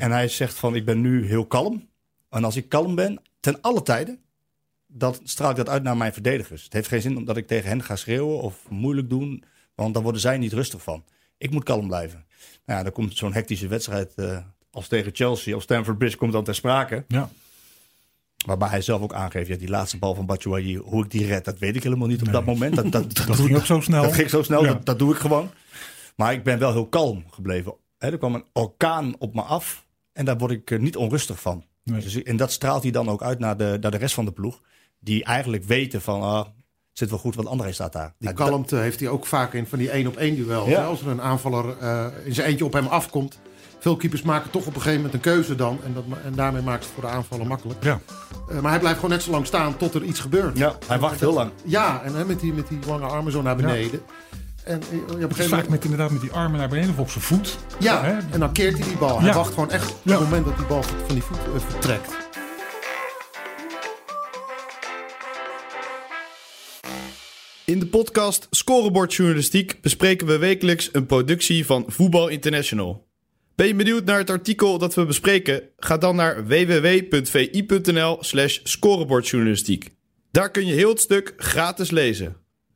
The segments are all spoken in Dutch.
En hij zegt van, ik ben nu heel kalm. En als ik kalm ben, ten alle tijden, dan straal ik dat uit naar mijn verdedigers. Het heeft geen zin dat ik tegen hen ga schreeuwen of moeilijk doen, want dan worden zij niet rustig van. Ik moet kalm blijven. Nou ja, dan komt zo'n hectische wedstrijd als tegen Chelsea of Stamford Bridge komt dan ter sprake. Ja. Waarbij hij zelf ook aangeeft, die laatste bal van Batshuayi, hoe ik die red, dat weet ik helemaal niet op dat moment. Dat ging ook zo snel. Dat ging zo snel, Ja. dat doe ik gewoon. Maar ik ben wel heel kalm gebleven. Er kwam een orkaan op me af en daar word ik niet onrustig van. Nee. Dus, en dat straalt hij dan ook uit naar de rest van de ploeg. Die eigenlijk weten van, het zit wel goed, want André staat daar. Die kalmte heeft hij ook vaak in van die 1-op-1 duel. Ja. Als er een aanvaller in zijn eentje op hem afkomt. Veel keepers maken toch op een gegeven moment een keuze dan. En daarmee maakt het voor de aanvaller makkelijk. Ja. Maar hij blijft gewoon net zo lang staan tot er iets gebeurt. Ja, hij wacht heel lang. Ja, en met die lange armen zo naar beneden. En op een Het is gegeven vaak moment... met die armen naar beneden of op zijn voet. Ja, Hè? en dan keert hij die bal. Hij Ja. wacht gewoon echt op Ja. het moment dat die bal van die voet vertrekt. In de podcast Scorebordjournalistiek bespreken we wekelijks een productie van Voetbal International. Ben je benieuwd naar het artikel dat we bespreken? Ga dan naar www.vi.nl/scorebordjournalistiek. Daar kun je heel het stuk gratis lezen.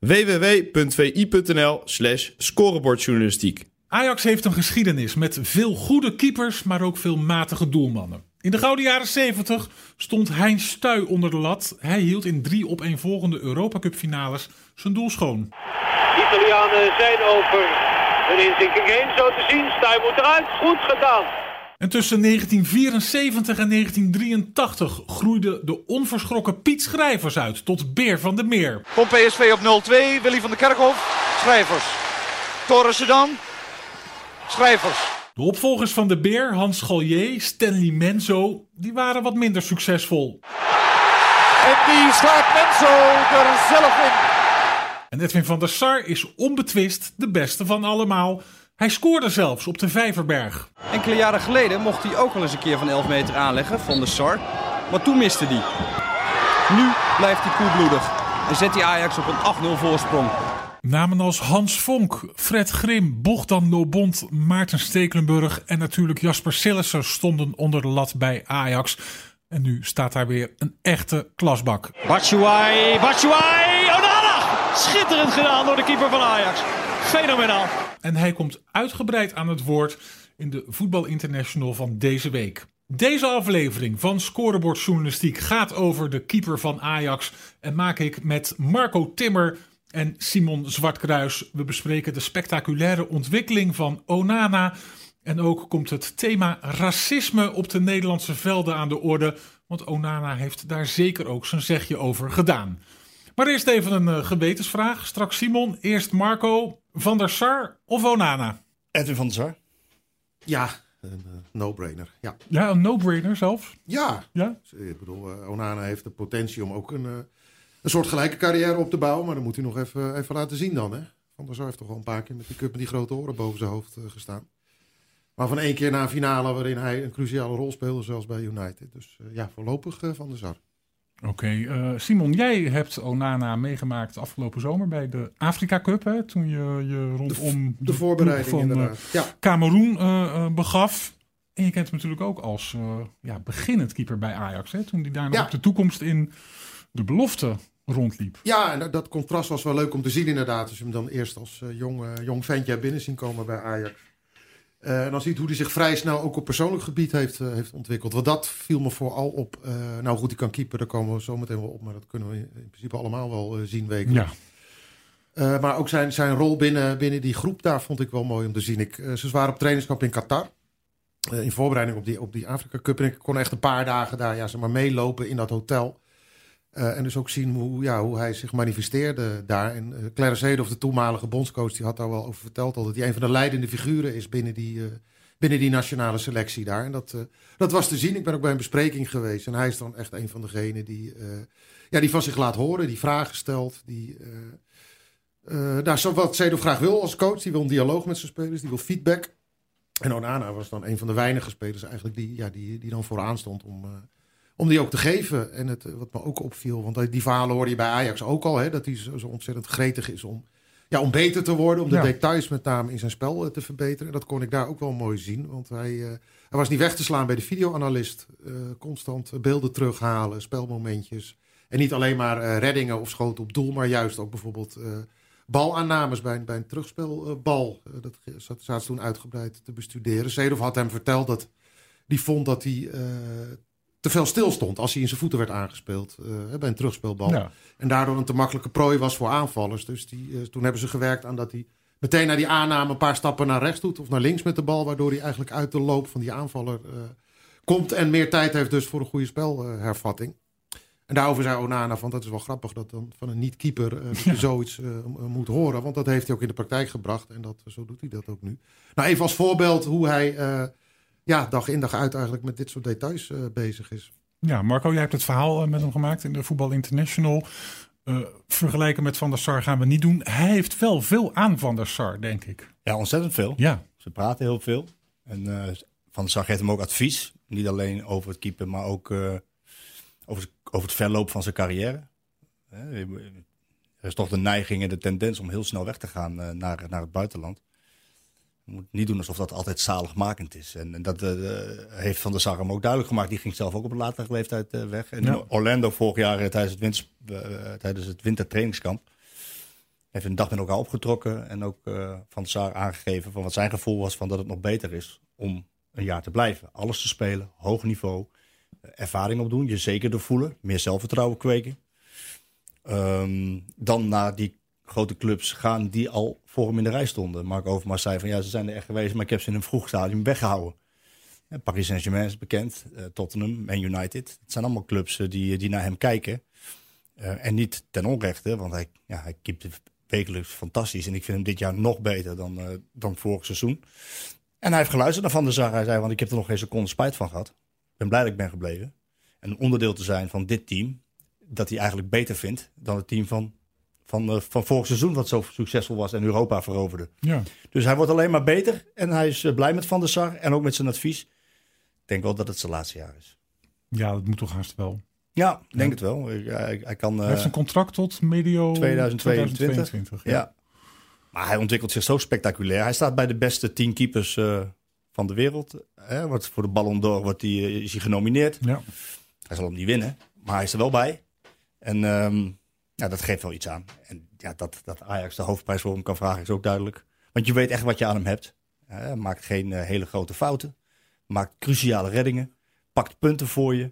www.vi.nl/scorebordjournalistiek. Ajax heeft een geschiedenis met veel goede keepers, maar ook veel matige doelmannen. In de gouden jaren 70 stond Hein Stuy onder de lat. Hij hield in 3 opeenvolgende Europa Cup finales zijn doel schoon. De Italianen zijn over hun inzinking heen, zo te zien. Stuy moet eruit, goed gedaan. En tussen 1974 en 1983 groeide de onverschrokken Piet Schrijvers uit tot Beer van der Meer. Komt PSV op 0-2, Willy van der Kerkhof, Schrijvers. Torressen dan, Schrijvers. De opvolgers van de Beer, Hans Gallier, Stanley Menzo, die waren wat minder succesvol. En die slaat Menzo er zelf in. En Edwin van der Sar is onbetwist de beste van allemaal. Hij scoorde zelfs op de Vijverberg. Enkele jaren geleden mocht hij ook wel eens een keer van 11 meter aanleggen, Van der Sar. Maar toen miste hij. Nu blijft hij koelbloedig en zet hij Ajax op een 8-0 voorsprong. Namen als Hans Vonk, Fred Grim, Bogdan Lobont, Maarten Stekelenburg en natuurlijk Jasper Sillissen stonden onder de lat bij Ajax. En nu staat daar weer een echte klasbak. Batshuayi, Onana! Schitterend gedaan door de keeper van Ajax. Fenomenaal. En hij komt uitgebreid aan het woord in de Voetbal International van deze week. Deze aflevering van Scorebord Journalistiek gaat over de keeper van Ajax. En maak ik met Marco Timmer en Simon Zwartkruis. We bespreken de spectaculaire ontwikkeling van Onana. En ook komt het thema racisme op de Nederlandse velden aan de orde. Want Onana heeft daar zeker ook zijn zegje over gedaan. Maar eerst even een gewetensvraag. Straks Simon, eerst Marco. Van der Sar of Onana? Edwin van der Sar. Ja, een no-brainer. Ja. Ja, een no-brainer zelf. Ja. Ja? Ik bedoel, Onana heeft de potentie om ook een soort gelijke carrière op te bouwen. Maar dan moet hij nog even laten zien dan. Hè? Van der Sar heeft toch wel een paar keer met die cup met die grote oren boven zijn hoofd gestaan. Maar van 1 keer na een finale waarin hij een cruciale rol speelde, zelfs bij United. Dus voorlopig Van der Sar. Oké, Simon, jij hebt Onana meegemaakt afgelopen zomer bij de Afrika Cup. Hè, toen je rondom de voorbereiding van inderdaad. Ja. Kameroen begaf. En je kent hem natuurlijk ook als beginnend keeper bij Ajax. Hè, toen hij daar nog op de toekomst in de belofte rondliep. Ja, en dat contrast was wel leuk om te zien inderdaad. Dus je hem dan eerst als jong ventje binnen zien komen bij Ajax. En dan ziet hoe hij zich vrij snel ook op persoonlijk gebied heeft ontwikkeld. Want dat viel me vooral op. Nou goed, hij kan keeper, daar komen we zo meteen wel op. Maar dat kunnen we in principe allemaal wel zien wekelijks. Ja. Maar ook zijn rol binnen die groep, daar vond ik wel mooi om te zien. Ze waren op trainingskamp in Qatar. In voorbereiding op die Afrika Cup. En ik kon echt een paar dagen daar meelopen in dat hotel. En dus ook zien hoe hij zich manifesteerde daar. En Clarence Seedorf, de toenmalige bondscoach, die had daar wel over verteld al dat hij een van de leidende figuren is binnen die nationale selectie daar. En dat was te zien. Ik ben ook bij een bespreking geweest. En hij is dan echt een van degenen die van zich laat horen, die vragen stelt. Wat Seedorf graag wil als coach. Die wil een dialoog met zijn spelers, die wil feedback. En Onana was dan een van de weinige spelers eigenlijk die dan vooraan stond om die ook te geven. En wat me ook opviel, want die verhalen hoorde je bij Ajax ook al. Hè, dat hij zo ontzettend gretig is om om beter te worden. Om de details met name in zijn spel te verbeteren. En dat kon ik daar ook wel mooi zien. Want hij was niet weg te slaan bij de videoanalist. Constant beelden terughalen, spelmomentjes. En niet alleen maar reddingen of schoten op doel. Maar juist ook bijvoorbeeld balaannames bij een terugspelbal. Dat zaten ze toen uitgebreid te bestuderen. Seedorf had hem verteld dat die vond dat hij te veel stil stond als hij in zijn voeten werd aangespeeld bij een terugspelbal. Ja. En daardoor een te makkelijke prooi was voor aanvallers. Dus toen hebben ze gewerkt aan dat hij meteen naar die aanname een paar stappen naar rechts doet of naar links met de bal. Waardoor hij eigenlijk uit de loop van die aanvaller komt en meer tijd heeft dus voor een goede spelhervatting. En daarover zei Onana van dat is wel grappig dat dan van een niet-keeper je zoiets moet horen. Want dat heeft hij ook in de praktijk gebracht en zo doet hij dat ook nu. Nou, even als voorbeeld hoe hij dag in dag uit eigenlijk met dit soort details bezig is. Ja, Marco, jij hebt het verhaal met hem gemaakt in de Voetbal International. Vergelijken met Van der Sar gaan we niet doen. Hij heeft wel veel aan Van der Sar, denk ik. Ja, ontzettend veel. Ja. Ze praten heel veel. En Van der Sar geeft hem ook advies. Niet alleen over het keeper, maar ook over het verloop van zijn carrière. Er is toch de neiging en de tendens om heel snel weg te gaan naar het buitenland. Je moet niet doen alsof dat altijd zaligmakend is. En dat heeft Van der Sar hem ook duidelijk gemaakt. Die ging zelf ook op een latere leeftijd weg. En in Orlando vorig jaar tijdens het wintertrainingskamp heeft een dag met elkaar opgetrokken. En ook Van der Sar aangegeven van wat zijn gevoel was van dat het nog beter is om een jaar te blijven. Alles te spelen, hoog niveau, ervaring opdoen, je zekerder voelen, meer zelfvertrouwen kweken. Dan naar die grote clubs gaan die al voor hem in de rij stonden. Mark Overmars zei van ze zijn er echt geweest, maar ik heb ze in een vroeg stadium weggehouden. Paris Saint-Germain is bekend, Tottenham en United. Het zijn allemaal clubs die naar hem kijken. En niet ten onrechte, want hij keepte wekelijks fantastisch. En ik vind hem dit jaar nog beter dan vorig seizoen. En hij heeft geluisterd naar Van der Sar. Hij zei, want ik heb er nog geen seconde spijt van gehad. Ik ben blij dat ik ben gebleven. En een onderdeel te zijn van dit team, dat hij eigenlijk beter vindt dan het team van vorig seizoen, wat zo succesvol was en Europa veroverde. Ja. Dus hij wordt alleen maar beter en hij is blij met Van der Sar en ook met zijn advies. Ik denk wel dat het zijn laatste jaar is. Ja, dat moet toch haast wel. Ja, ik denk het wel. Hij heeft een contract tot medio 2022. Ja. Maar hij ontwikkelt zich zo spectaculair. Hij staat bij de beste 10 keepers van de wereld. Voor de Ballon d'Or is hij genomineerd. Ja. Hij zal hem niet winnen, maar hij is er wel bij. En dat geeft wel iets aan. En dat Ajax de hoofdprijs voor hem kan vragen is ook duidelijk. Want je weet echt wat je aan hem hebt. Maakt geen hele grote fouten. Maakt cruciale reddingen. Pakt punten voor je.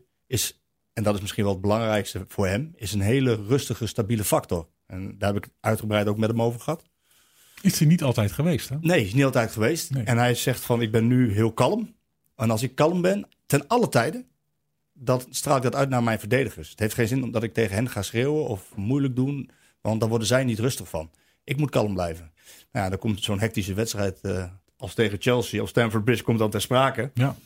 En dat is misschien wel het belangrijkste voor hem. Is een hele rustige, stabiele factor. En daar heb ik uitgebreid ook met hem over gehad. Is hij niet altijd geweest, hè? Nee, is niet altijd geweest. Nee. En hij zegt van, ik ben nu heel kalm. En als ik kalm ben, ten alle tijden, dan straal ik dat uit naar mijn verdedigers. Het heeft geen zin omdat ik tegen hen ga schreeuwen of moeilijk doen. Want dan worden zij niet rustig van. Ik moet kalm blijven. Nou ja, dan komt zo'n hectische wedstrijd als tegen Chelsea of Stamford Bridge komt dan ter sprake. Ja.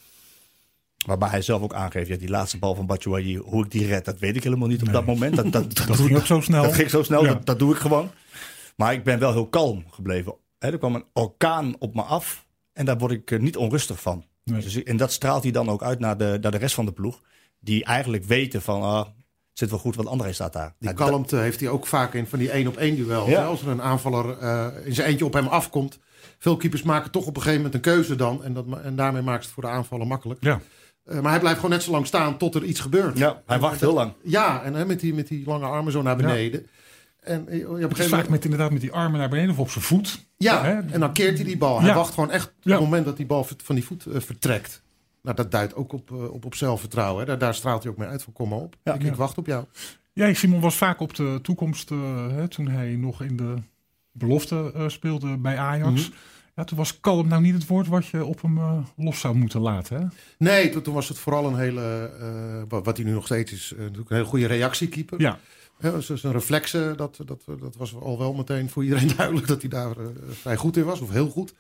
Waarbij hij zelf ook aangeeft, die laatste bal van Batshuayi, hoe ik die red, dat weet ik helemaal niet op dat moment. Dat ging ook zo snel. Dat ging zo snel, ja. Dat doe ik gewoon. Maar ik ben wel heel kalm gebleven. Er kwam een orkaan op me af en daar word ik niet onrustig van. Nee. Dus, en dat straalt hij dan ook uit naar de rest van de ploeg. Die eigenlijk weten van, het zit wel goed, want André staat daar. Die kalmte heeft hij ook vaak in van die 1-op-1 duel. Ja. Als er een aanvaller in zijn eentje op hem afkomt. Veel keepers maken toch op een gegeven moment een keuze dan. En daarmee maakt het voor de aanvaller makkelijk. Ja. Maar hij blijft gewoon net zo lang staan tot er iets gebeurt. Ja, hij wacht heel lang. Ja, en met die lange armen zo naar beneden. Ja. En op een gegeven moment vaak met die armen naar beneden of op zijn voet. Ja, en dan keert hij die bal. Hij wacht gewoon echt op het moment dat die bal van die voet vertrekt. Nou, dat duidt ook op zelfvertrouwen. Hè. Daar straalt hij ook mee uit van kom maar op. Ja, ik wacht op jou. Ja, Simon was vaak op de toekomst toen hij nog in de belofte speelde bij Ajax. Mm-hmm. Ja, toen was kalm nou niet het woord wat je op hem los zou moeten laten. Hè? Nee, toen was het vooral een hele, wat hij nu nog steeds is, natuurlijk een hele goede reactiekeeper. Ja. Zijn reflexen, dat was al wel meteen voor iedereen duidelijk dat hij daar vrij goed in was, of heel goed.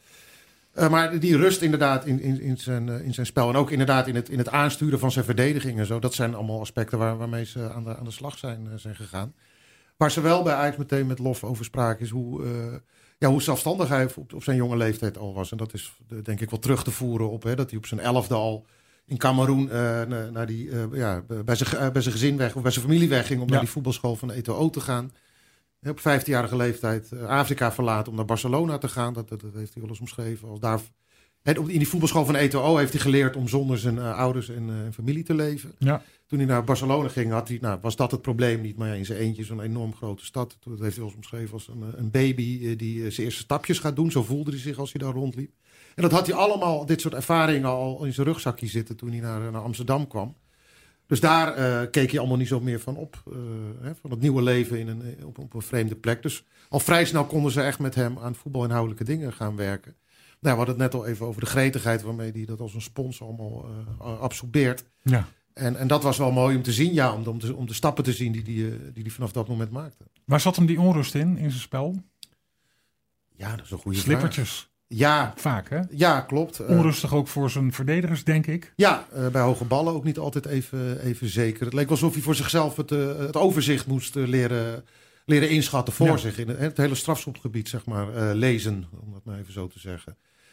Maar die rust inderdaad in zijn spel en ook inderdaad in het aansturen van zijn verdediging en zo. Dat zijn allemaal aspecten waarmee ze aan de slag zijn gegaan. Waar ze wel bij Ajax meteen met lof over spraken is hoe zelfstandig hij op zijn jonge leeftijd al was. En dat is denk ik wel terug te voeren op dat hij op zijn 11e al in Cameroen bij zijn gezin weg of bij zijn familie wegging om naar die voetbalschool van de Eto'o te gaan. Op 15-jarige leeftijd Afrika verlaten om naar Barcelona te gaan. Dat heeft hij wel eens omschreven. In die voetbalschool van Eto'o heeft hij geleerd om zonder zijn ouders en familie te leven. Ja. Toen hij naar Barcelona ging, was dat het probleem niet. Maar in zijn eentje zo'n enorm grote stad. Dat heeft hij wel eens omschreven als een baby die zijn eerste stapjes gaat doen. Zo voelde hij zich als hij daar rondliep. En dat had hij allemaal, dit soort ervaringen, al in zijn rugzakje zitten toen hij naar Amsterdam kwam. Dus daar keek hij allemaal niet zo meer van op. Van het nieuwe leven op een vreemde plek. Dus al vrij snel konden ze echt met hem aan voetbalinhoudelijke dingen gaan werken. Nou, we hadden het net al even over de gretigheid waarmee hij dat als een spons allemaal absorbeert. Ja. En dat was wel mooi om te zien, ja, om de stappen te zien die hij vanaf dat moment maakte. Waar zat hem die onrust in zijn spel? Ja, dat is een goede Slippertjes. vraag. Ja. Vaak, hè? Ja, klopt. Onrustig ook voor zijn verdedigers, denk ik. Ja, bij hoge ballen ook niet altijd even zeker. Het leek wel alsof hij voor zichzelf het overzicht moest leren inschatten voor zich. In het hele strafschopgebied, zeg maar, lezen, om dat maar even zo te zeggen.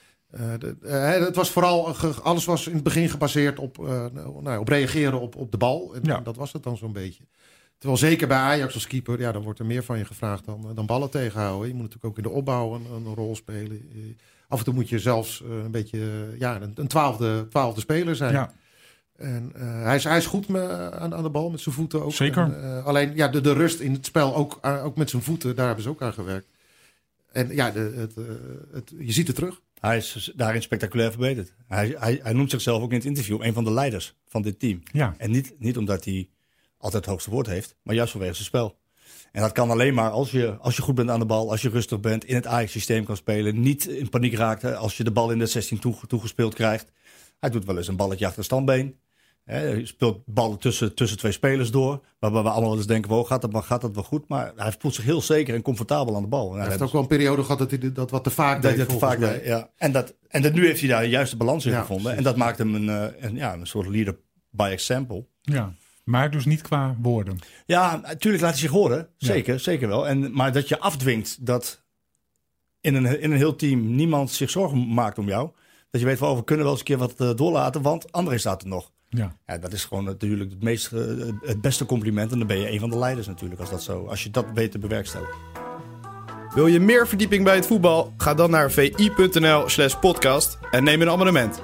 Het was vooral, alles was in het begin gebaseerd op reageren op de bal. En dat was het dan zo'n beetje. Terwijl zeker bij Ajax als keeper, ja, dan wordt er meer van je gevraagd dan ballen tegenhouden. Je moet natuurlijk ook in de opbouw een rol spelen. Af en toe moet je zelfs een beetje een twaalfde speler zijn. Ja. En hij is goed aan de bal met zijn voeten ook. Zeker. En, alleen de rust in het spel, ook met zijn voeten, daar hebben ze ook aan gewerkt. En ja, je ziet het terug. Hij is daarin spectaculair verbeterd. Hij noemt zichzelf ook in het interview een van de leiders van dit team. Ja. En niet omdat hij altijd het hoogste woord heeft, maar juist vanwege zijn spel. En dat kan alleen maar als je goed bent aan de bal, als je rustig bent, in het Ajax-systeem kan spelen, niet in paniek raakt als je de bal in de 16 toegespeeld krijgt. Hij doet wel eens een balletje achter het standbeen. Hij speelt ballen tussen twee spelers door, waar we allemaal wel eens denken, wow, gaat dat wel goed? Maar hij voelt zich heel zeker en comfortabel aan de bal. Hij heeft ook wel een periode gehad dat hij dat wat te vaak deed. Ja. En nu heeft hij daar de juiste balans in gevonden. Precies. En dat maakt hem een soort leader by example. Ja. Maar dus niet qua woorden. Ja, natuurlijk laat hij zich horen. Zeker wel. Maar dat je afdwingt dat in een heel team niemand zich zorgen maakt om jou. Dat je weet van, we kunnen wel eens een keer wat doorlaten, want André staat er nog. Ja, dat is gewoon natuurlijk het beste compliment. En dan ben je een van de leiders natuurlijk als je dat weet te bewerkstelligen. Wil je meer verdieping bij het voetbal? Ga dan naar vi.nl/podcast en neem een abonnement.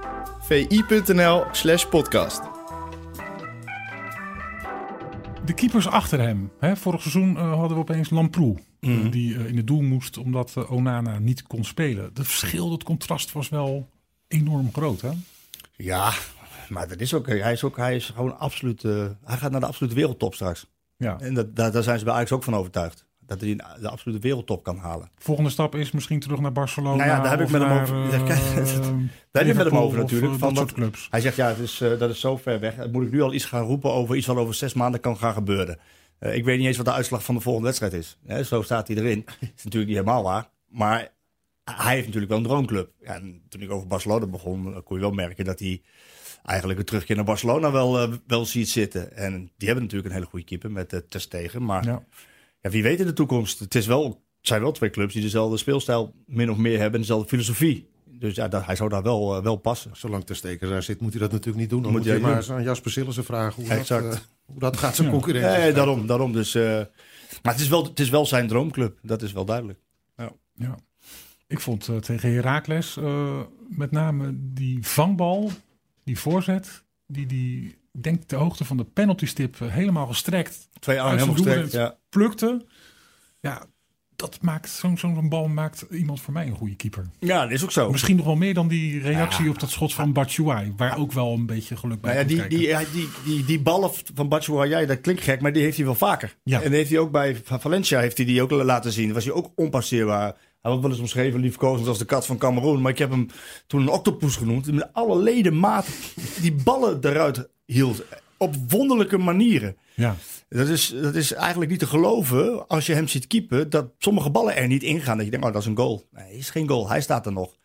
vi.nl/podcast. De keepers achter hem. Vorig seizoen hadden we opeens Lamproe. Die in het doel moest omdat Onana niet kon spelen. Het verschil, het contrast was wel enorm groot, hè? Ja, maar dat is ook. Hij is gewoon absoluut. Hij gaat naar de absolute wereldtop straks. Ja. En daar zijn ze bij Ajax ook van overtuigd. Dat hij de absolute wereldtop kan halen. Volgende stap is misschien terug naar Barcelona. Nou ja, daar heb ik met hem over. Daar heb ik met hem over natuurlijk. Van dat soort clubs. Hij zegt dat is zo ver weg. Moet ik nu al iets gaan roepen over iets wat over 6 maanden kan gaan gebeuren. Ik weet niet eens wat de uitslag van de volgende wedstrijd is. Zo staat hij erin. Dat is natuurlijk niet helemaal waar. Maar hij heeft natuurlijk wel een droomclub. Ja, en toen ik over Barcelona begon, kon je wel merken dat hij eigenlijk een terugkeer naar Barcelona wel ziet zitten. En die hebben natuurlijk een hele goede keeper met Ter Stegen. Maar ja, wie weet in de toekomst. Het zijn wel twee clubs die dezelfde speelstijl min of meer hebben en dezelfde filosofie. Dus ja, hij zou daar wel passen. Zolang Ter Stegen daar zit, moet hij dat natuurlijk niet doen. Dan moet je maar eens aan Jasper Sillissen vragen hoe dat gaat zijn concurrentie. Nee, daarom. Dus, maar het is wel zijn droomclub. Dat is wel duidelijk. Ja. Ik vond tegen Heracles met name die vangbal, die voorzet, die denk de hoogte van de penaltystip helemaal gestrekt. 2 armen helemaal gestrekt, plukte. Ja, dat maakt zo'n bal maakt iemand voor mij een goede keeper. Ja, dat is ook zo. Misschien nog wel meer dan die reactie op dat schot van Batshuayi, waar ook wel een beetje geluk bij komt kijken. Die ballen van Batshuayi, dat klinkt gek, maar die heeft hij wel vaker. Ja. En heeft hij ook bij Valencia heeft hij die ook laten zien. Was hij ook onpasseerbaar. Hij had wel eens omschreven, liefkozend als de kat van Cameroen. Maar ik heb hem toen een octopus genoemd. Met alle ledematen die ballen eruit hield. Op wonderlijke manieren. Ja. Dat is eigenlijk niet te geloven als je hem ziet keepen. Dat sommige ballen er niet ingaan. Dat je denkt, dat is een goal. Nee, het is geen goal. Hij staat er nog.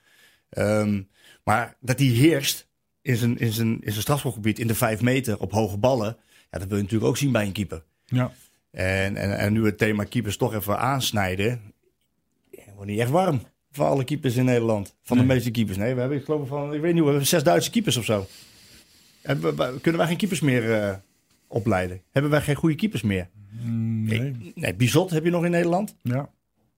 Maar dat hij heerst in zijn strafschopgebied in de 5 meter op hoge ballen. Ja, dat wil je natuurlijk ook zien bij een keeper. Ja. En nu het thema keepers toch even aansnijden. Wordt niet echt warm van alle keepers in Nederland. Van de meeste keepers. Nee, we hebben 6 Duitse keepers of zo. Kunnen wij geen keepers meer opleiden? Hebben wij geen goede keepers meer? Nee. Bizot heb je nog in Nederland. Ja.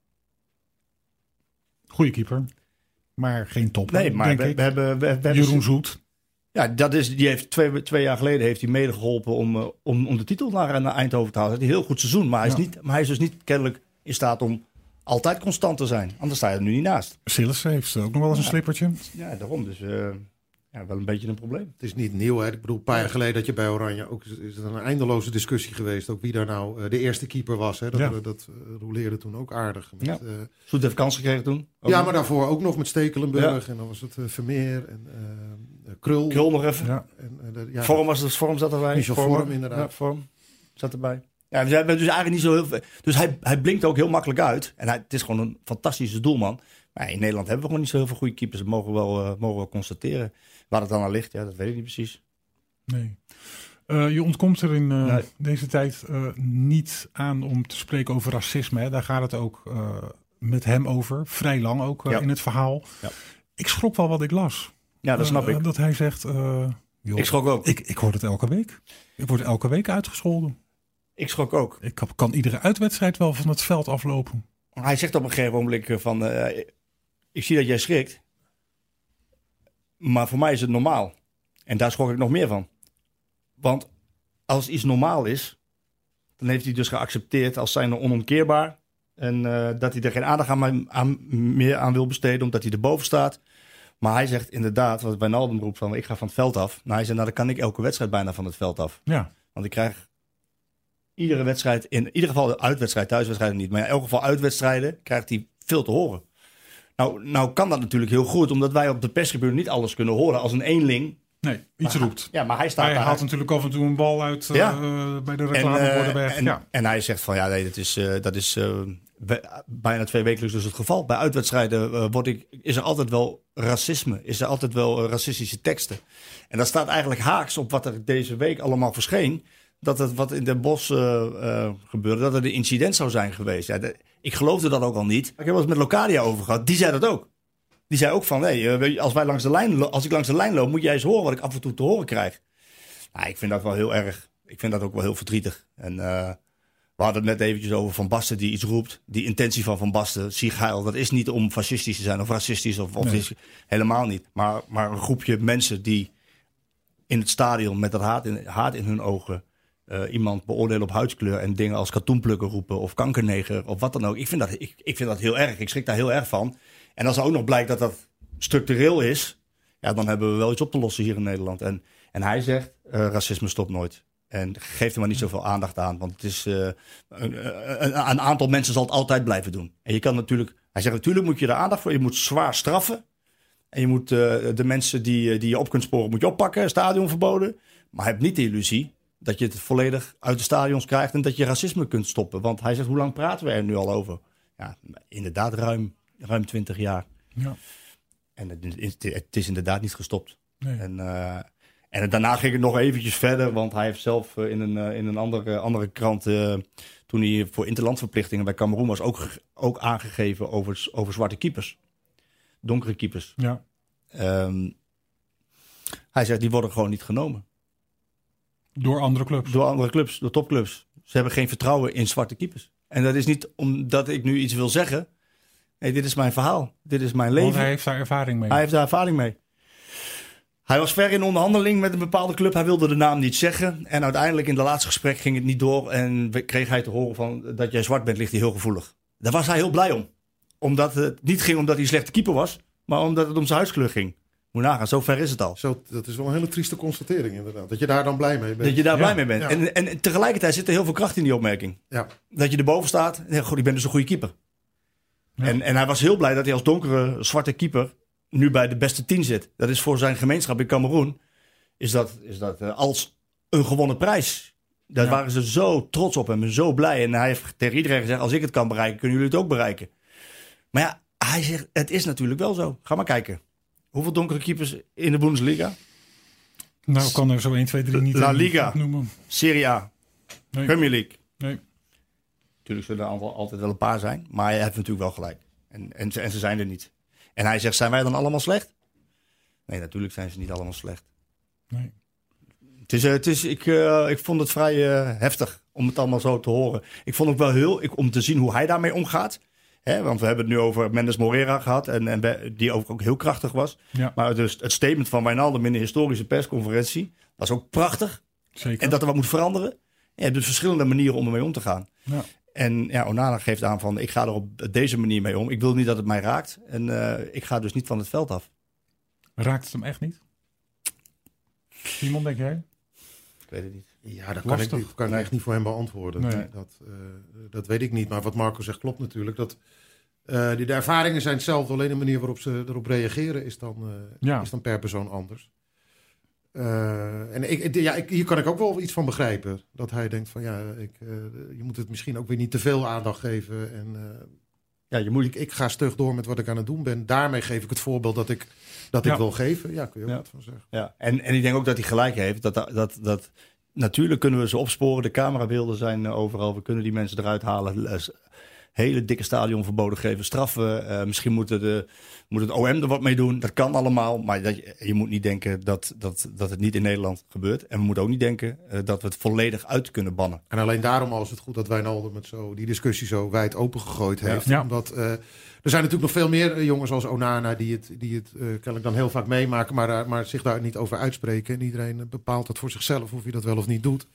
Goeie keeper. Maar geen top. Nee, maar we hebben Jeroen Zoet. Ja, die heeft twee jaar geleden heeft hij mede geholpen om de titel naar Eindhoven te halen. Hij heeft een heel goed seizoen, maar hij is dus niet kennelijk in staat om altijd constant te zijn. Anders sta je er nu niet naast. Sillissen heeft ook nog wel eens een slippertje. Ja, daarom. Dus wel een beetje een probleem. Het is niet nieuw. Hè? Ik bedoel, een paar jaar geleden dat je bij Oranje ook is er een eindeloze discussie geweest. Ook wie daar nou de eerste keeper was. Hè? Dat roleerde toen ook aardig. Met, Zoet heeft kans gekregen toen. Maar daarvoor ook nog met Stekelenburg. Ja. En dan was het Vermeer en Krul. Krul nog even. Ja. En, Vorm zat erbij. Michel Vorm inderdaad. Ja, Vorm zat erbij. Ja, we hebben dus eigenlijk niet zo heel veel. Dus hij blinkt ook heel makkelijk uit. En het is gewoon een fantastische doelman. Maar in Nederland hebben we gewoon niet zo heel veel goede keepers. Dat mogen we wel constateren. Waar het dan aan ligt, dat weet ik niet precies. Nee. Je ontkomt er in deze tijd niet aan om te spreken over racisme. Hè. Daar gaat het ook met hem over. Vrij lang ook in het verhaal. Ja. Ik schrok wel wat ik las. Ja, dat snap ik. Dat hij zegt... ik schrok ook. Ik hoor het elke week. Ik word elke week uitgescholden. Ik schrok ook. Ik kan iedere uitwedstrijd wel van het veld aflopen. Hij zegt op een gegeven moment van... ik zie dat jij schrikt. Maar voor mij is het normaal. En daar schrok ik nog meer van. Want als iets normaal is... dan heeft hij dus geaccepteerd als zijnde onomkeerbaar. En dat hij er geen aandacht meer aan wil besteden... omdat hij erboven staat. Maar hij zegt inderdaad, wat Wijnaldum roept van... ik ga van het veld af. Nou, hij zegt, dan kan ik elke wedstrijd bijna van het veld af. Ja. Want ik krijg iedere wedstrijd... in ieder geval de uitwedstrijd, thuiswedstrijden niet... maar in elk geval uitwedstrijden krijgt hij veel te horen. Nou kan dat natuurlijk heel goed, omdat wij op de perstribune niet alles kunnen horen als een eenling. Nee, iets roept. Ja, maar hij staat daar. Hij haalt natuurlijk af en toe een bal uit bij de reclameborden weg. En hij zegt van dat is bijna 2 wekelijks dus het geval. Bij uitwedstrijden is er altijd wel racisme, is er altijd wel racistische teksten. En dat staat eigenlijk haaks op wat er deze week allemaal verscheen. Dat het wat in Den Bosch gebeurde, dat er een incident zou zijn geweest. Ja, ik geloofde dat ook al niet. Ik heb wel eens met Locadia over gehad. Die zei dat ook. Die zei ook van, als ik langs de lijn loop, moet jij eens horen wat ik af en toe te horen krijg. Nou, ik vind dat wel heel erg. Ik vind dat ook wel heel verdrietig. En we hadden het net eventjes over Van Basten die iets roept. Die intentie van Van Basten, Siegheil, dat is niet om fascistisch te zijn of racistisch. Nee. Helemaal niet. Maar een groepje mensen die in het stadion met dat haat in hun ogen... iemand beoordelen op huidskleur en dingen als katoenplukker roepen of kankerneger of wat dan ook. Ik vind dat heel erg. Ik schrik daar heel erg van. En als er ook nog blijkt dat dat structureel is, dan hebben we wel iets op te lossen hier in Nederland. En hij zegt, racisme stopt nooit. En geef er maar niet zoveel aandacht aan, want het is een aantal mensen zal het altijd blijven doen. En je kan natuurlijk moet je er aandacht voor, je moet zwaar straffen. En je moet de mensen die je op kunt sporen, moet je oppakken, stadion verboden. Maar heb niet de illusie dat je het volledig uit de stadions krijgt en dat je racisme kunt stoppen. Want hij zegt, hoe lang praten we er nu al over? Ja, inderdaad ruim 20 jaar. Ja. En het is inderdaad niet gestopt. Nee. En daarna ging het nog eventjes verder, want hij heeft zelf in een andere krant, toen hij voor interlandverplichtingen bij Kameroen was, ook aangegeven over zwarte keepers. Donkere keepers. Ja. Hij zegt, die worden gewoon niet genomen. Door andere clubs? Door andere clubs, door topclubs. Ze hebben geen vertrouwen in zwarte keepers. En dat is niet omdat ik nu iets wil zeggen. Nee, dit is mijn verhaal. Dit is mijn leven. Want hij heeft daar ervaring mee. Hij heeft daar ervaring mee. Hij was ver in onderhandeling met een bepaalde club. Hij wilde de naam niet zeggen. En uiteindelijk in de laatste gesprek ging het niet door. En kreeg hij te horen van dat jij zwart bent, ligt hij heel gevoelig. Daar was hij heel blij om. Omdat het niet ging omdat hij een slechte keeper was. Maar omdat het om zijn huidskleur ging. Moet nagaan, zo ver is het al. Dat is wel een hele trieste constatering inderdaad. Dat je daar dan blij mee bent. Dat je daar blij mee bent. Ja. En tegelijkertijd zit er heel veel kracht in die opmerking. Ja. Dat je erboven staat. En ik ben dus een goede keeper. Ja. En hij was heel blij dat hij als donkere zwarte keeper nu bij de beste 10 zit. Dat is voor zijn gemeenschap in Kameroen is dat als een gewonnen prijs. Daar waren ze zo trots op hem en zo blij. En hij heeft tegen iedereen gezegd, als ik het kan bereiken, kunnen jullie het ook bereiken. Maar ja, hij zegt, het is natuurlijk wel zo. Ga maar kijken. Hoeveel donkere keepers in de Bundesliga? Nou, ik kan er zo 1, 2, 3 niet La Liga, noemen. Serie A, nee. Premier League. Nee. Natuurlijk zullen er altijd wel een paar zijn. Maar hij heeft natuurlijk wel gelijk. En ze zijn er niet. En hij zegt, zijn wij dan allemaal slecht? Nee, natuurlijk zijn ze niet allemaal slecht. Nee. Ik vond het vrij heftig om het allemaal zo te horen. Ik vond ook wel om te zien hoe hij daarmee omgaat. Want we hebben het nu over Mendes Moreira gehad. En die ook heel krachtig was. Ja. Maar dus het statement van Wijnaldum in de historische persconferentie was ook prachtig. Zeker. En dat er wat moet veranderen. Je hebt dus verschillende manieren om ermee om te gaan. Ja. En Onana geeft aan van, ik ga er op deze manier mee om. Ik wil niet dat het mij raakt. En ik ga dus niet van het veld af. Raakt het hem echt niet? Simon, denk jij? Ik weet het niet. Ja, dat kan ik echt niet voor hem beantwoorden. Nee. Dat weet ik niet. Maar wat Marco zegt klopt natuurlijk. Dat de ervaringen zijn hetzelfde. Alleen de manier waarop ze erop reageren is dan per persoon anders. Hier kan ik ook wel iets van begrijpen. Dat hij denkt van je moet het misschien ook weer niet te veel aandacht geven. En ik ga stug door met wat ik aan het doen ben. Daarmee geef ik het voorbeeld dat ik wil geven. Ja, kun je ook wat van zeggen. Ja. En ik denk ook dat hij gelijk heeft. Dat natuurlijk kunnen we ze opsporen. De camerabeelden zijn overal. We kunnen die mensen eruit halen. Hele dikke stadionverboden geven, straffen. Misschien moet het OM er wat mee doen. Dat kan allemaal. Maar je moet niet denken dat het niet in Nederland gebeurt. En we moeten ook niet denken dat we het volledig uit kunnen bannen. En alleen daarom al is het goed dat Wijnaldum die discussie zo wijd open gegooid heeft. Ja. Omdat er zijn natuurlijk nog veel meer jongens als Onana die het kennelijk dan heel vaak meemaken. Maar zich daar niet over uitspreken. En iedereen bepaalt dat voor zichzelf of je dat wel of niet doet.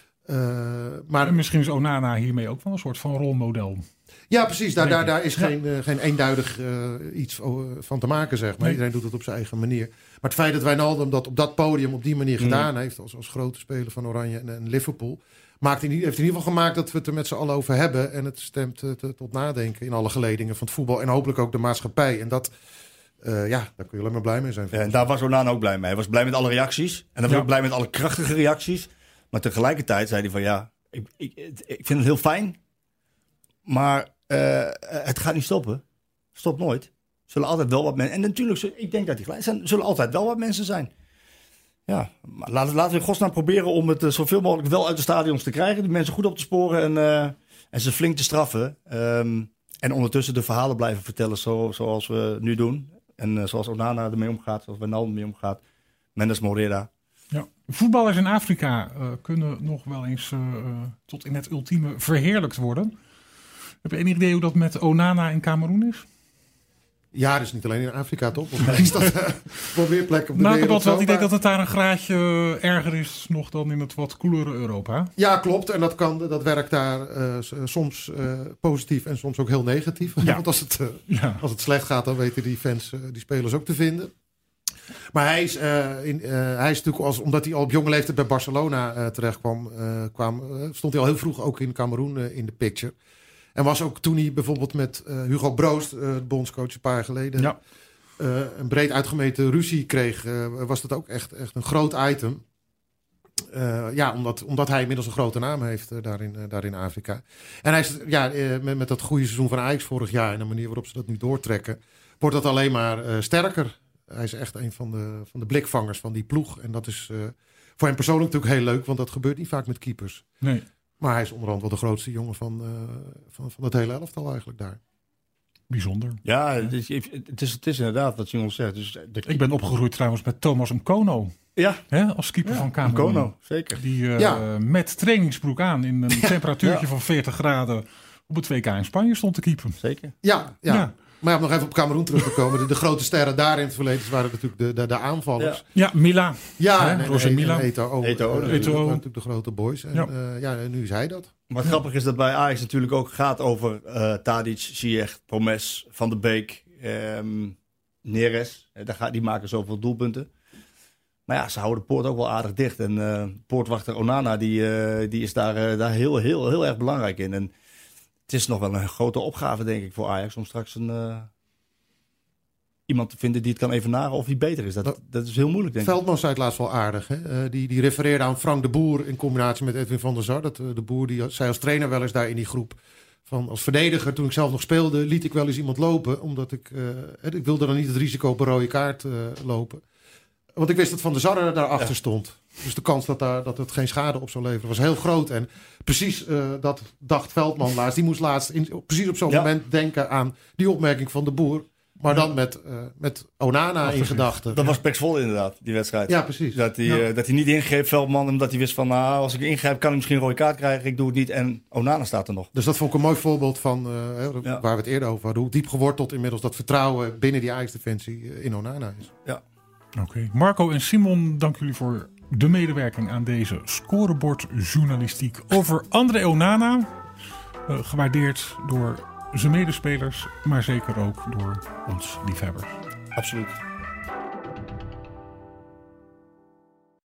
Maar misschien is Onana hiermee ook wel een soort van rolmodel. Ja, precies. Daar is geen eenduidig iets van te maken, zeg maar. Nee. Iedereen doet het op zijn eigen manier. Maar het feit dat Wijnaldum dat op dat podium op die manier gedaan heeft, als grote speler van Oranje en Liverpool, heeft in ieder geval gemaakt dat we het er met z'n allen over hebben. En het stemt tot nadenken in alle geledingen van het voetbal en hopelijk ook de maatschappij. En dat, daar kun je alleen maar blij mee zijn. En daar was Onana ook blij mee. Hij was blij met alle reacties. En hij was ook blij met alle krachtige reacties. Maar tegelijkertijd zei hij van ik vind het heel fijn. Maar het gaat niet stoppen. Stopt nooit. Zullen altijd wel wat mensen. En natuurlijk, ik denk dat die gelijk zijn. Zullen altijd wel wat mensen zijn. Ja, maar laten we in godsnaam proberen om het zoveel mogelijk wel uit de stadions te krijgen. Die mensen goed op te sporen en ze flink te straffen. En ondertussen de verhalen blijven vertellen zoals we nu doen. En zoals Onana ermee omgaat, zoals Wijnaldum ermee omgaat. Mendes Moreira. Ja. Voetballers in Afrika kunnen nog wel eens tot in het ultieme verheerlijkt worden. Heb je enig idee hoe dat met Onana in Kameroen is? Ja, dus niet alleen in Afrika, toch? Of is dat voor meer plekken op de wereld? Ik heb wel het idee dat het daar een graadje erger is nog dan in het wat koelere Europa. Ja, klopt. En dat werkt daar soms positief en soms ook heel negatief. Ja. Want als het slecht gaat, dan weten die fans die spelers ook te vinden. Maar hij is natuurlijk, omdat hij al op jonge leeftijd bij Barcelona terecht kwam, stond hij al heel vroeg ook in Kameroen in de picture. En was ook toen hij bijvoorbeeld met Hugo Broos, de bondscoach een paar jaar geleden, een breed uitgemeten ruzie kreeg, was dat ook echt een groot item. Omdat hij inmiddels een grote naam heeft daar in Afrika. En hij is met dat goede seizoen van Ajax vorig jaar en de manier waarop ze dat nu doortrekken, wordt dat alleen maar sterker. Hij is echt een van de blikvangers van die ploeg. En dat is voor hem persoonlijk natuurlijk heel leuk, want dat gebeurt niet vaak met keepers. Nee. Maar hij is onder andere wel de grootste jongen van het hele elftal eigenlijk daar. Bijzonder. Ja, het is inderdaad wat Simon zegt. Dus ik ben opgegroeid trouwens met Thomas Mkono. Ja. Als keeper van Kameroen. Mkono, zeker. Die met trainingsbroek aan in een temperatuurtje van 40 graden op het WK in Spanje stond te keepen. Zeker. Ja. Maar om nog even op Kameroen terug te komen. De grote sterren daar in het verleden waren natuurlijk de aanvallers. Ja, Mila. Ja, Roger Mila. Eto'o. Natuurlijk de grote boys. En nu is hij dat. Wat grappig is dat bij Ajax natuurlijk ook gaat over Tadic, Ziyech, Promes, Van der Beek, Neres. Die maken zoveel doelpunten. Maar ja, ze houden de poort ook wel aardig dicht. En poortwachter Onana die is daar heel, heel, heel erg belangrijk in. En het is nog wel een grote opgave, denk ik, voor Ajax om straks iemand te vinden die het kan evenaren of die beter is. Dat is heel moeilijk, denk ik. Veldman zei het laatst wel aardig. Hè? Die refereerde aan Frank de Boer in combinatie met Edwin van der Sar. De Boer die zei als trainer wel eens daar in die groep. Van als verdediger, toen ik zelf nog speelde, liet ik wel eens iemand lopen. Omdat ik wilde dan niet het risico op een rode kaart lopen. Want ik wist dat Van der Sar daarachter stond. Dus de kans dat het geen schade op zou leveren was heel groot. En precies dat dacht Veldman laatst. Die moest laatst precies op zo'n moment denken aan die opmerking van de Boer. Maar dan met Onana in gedachten. Dat was PEC Zwolle inderdaad, die wedstrijd. Ja, precies. Dat hij niet ingreep, Veldman, omdat hij wist van... als ik ingrijp kan ik misschien een rode kaart krijgen. Ik doe het niet en Onana staat er nog. Dus dat vond ik een mooi voorbeeld van waar we het eerder over hadden. Hoe diep geworteld inmiddels dat vertrouwen binnen die Ajax-defensie in Onana is. Ja. Oké. Marco en Simon, dank jullie voor de medewerking aan deze scorebordjournalistiek over André Onana. Gewaardeerd door zijn medespelers, maar zeker ook door ons liefhebbers. Absoluut.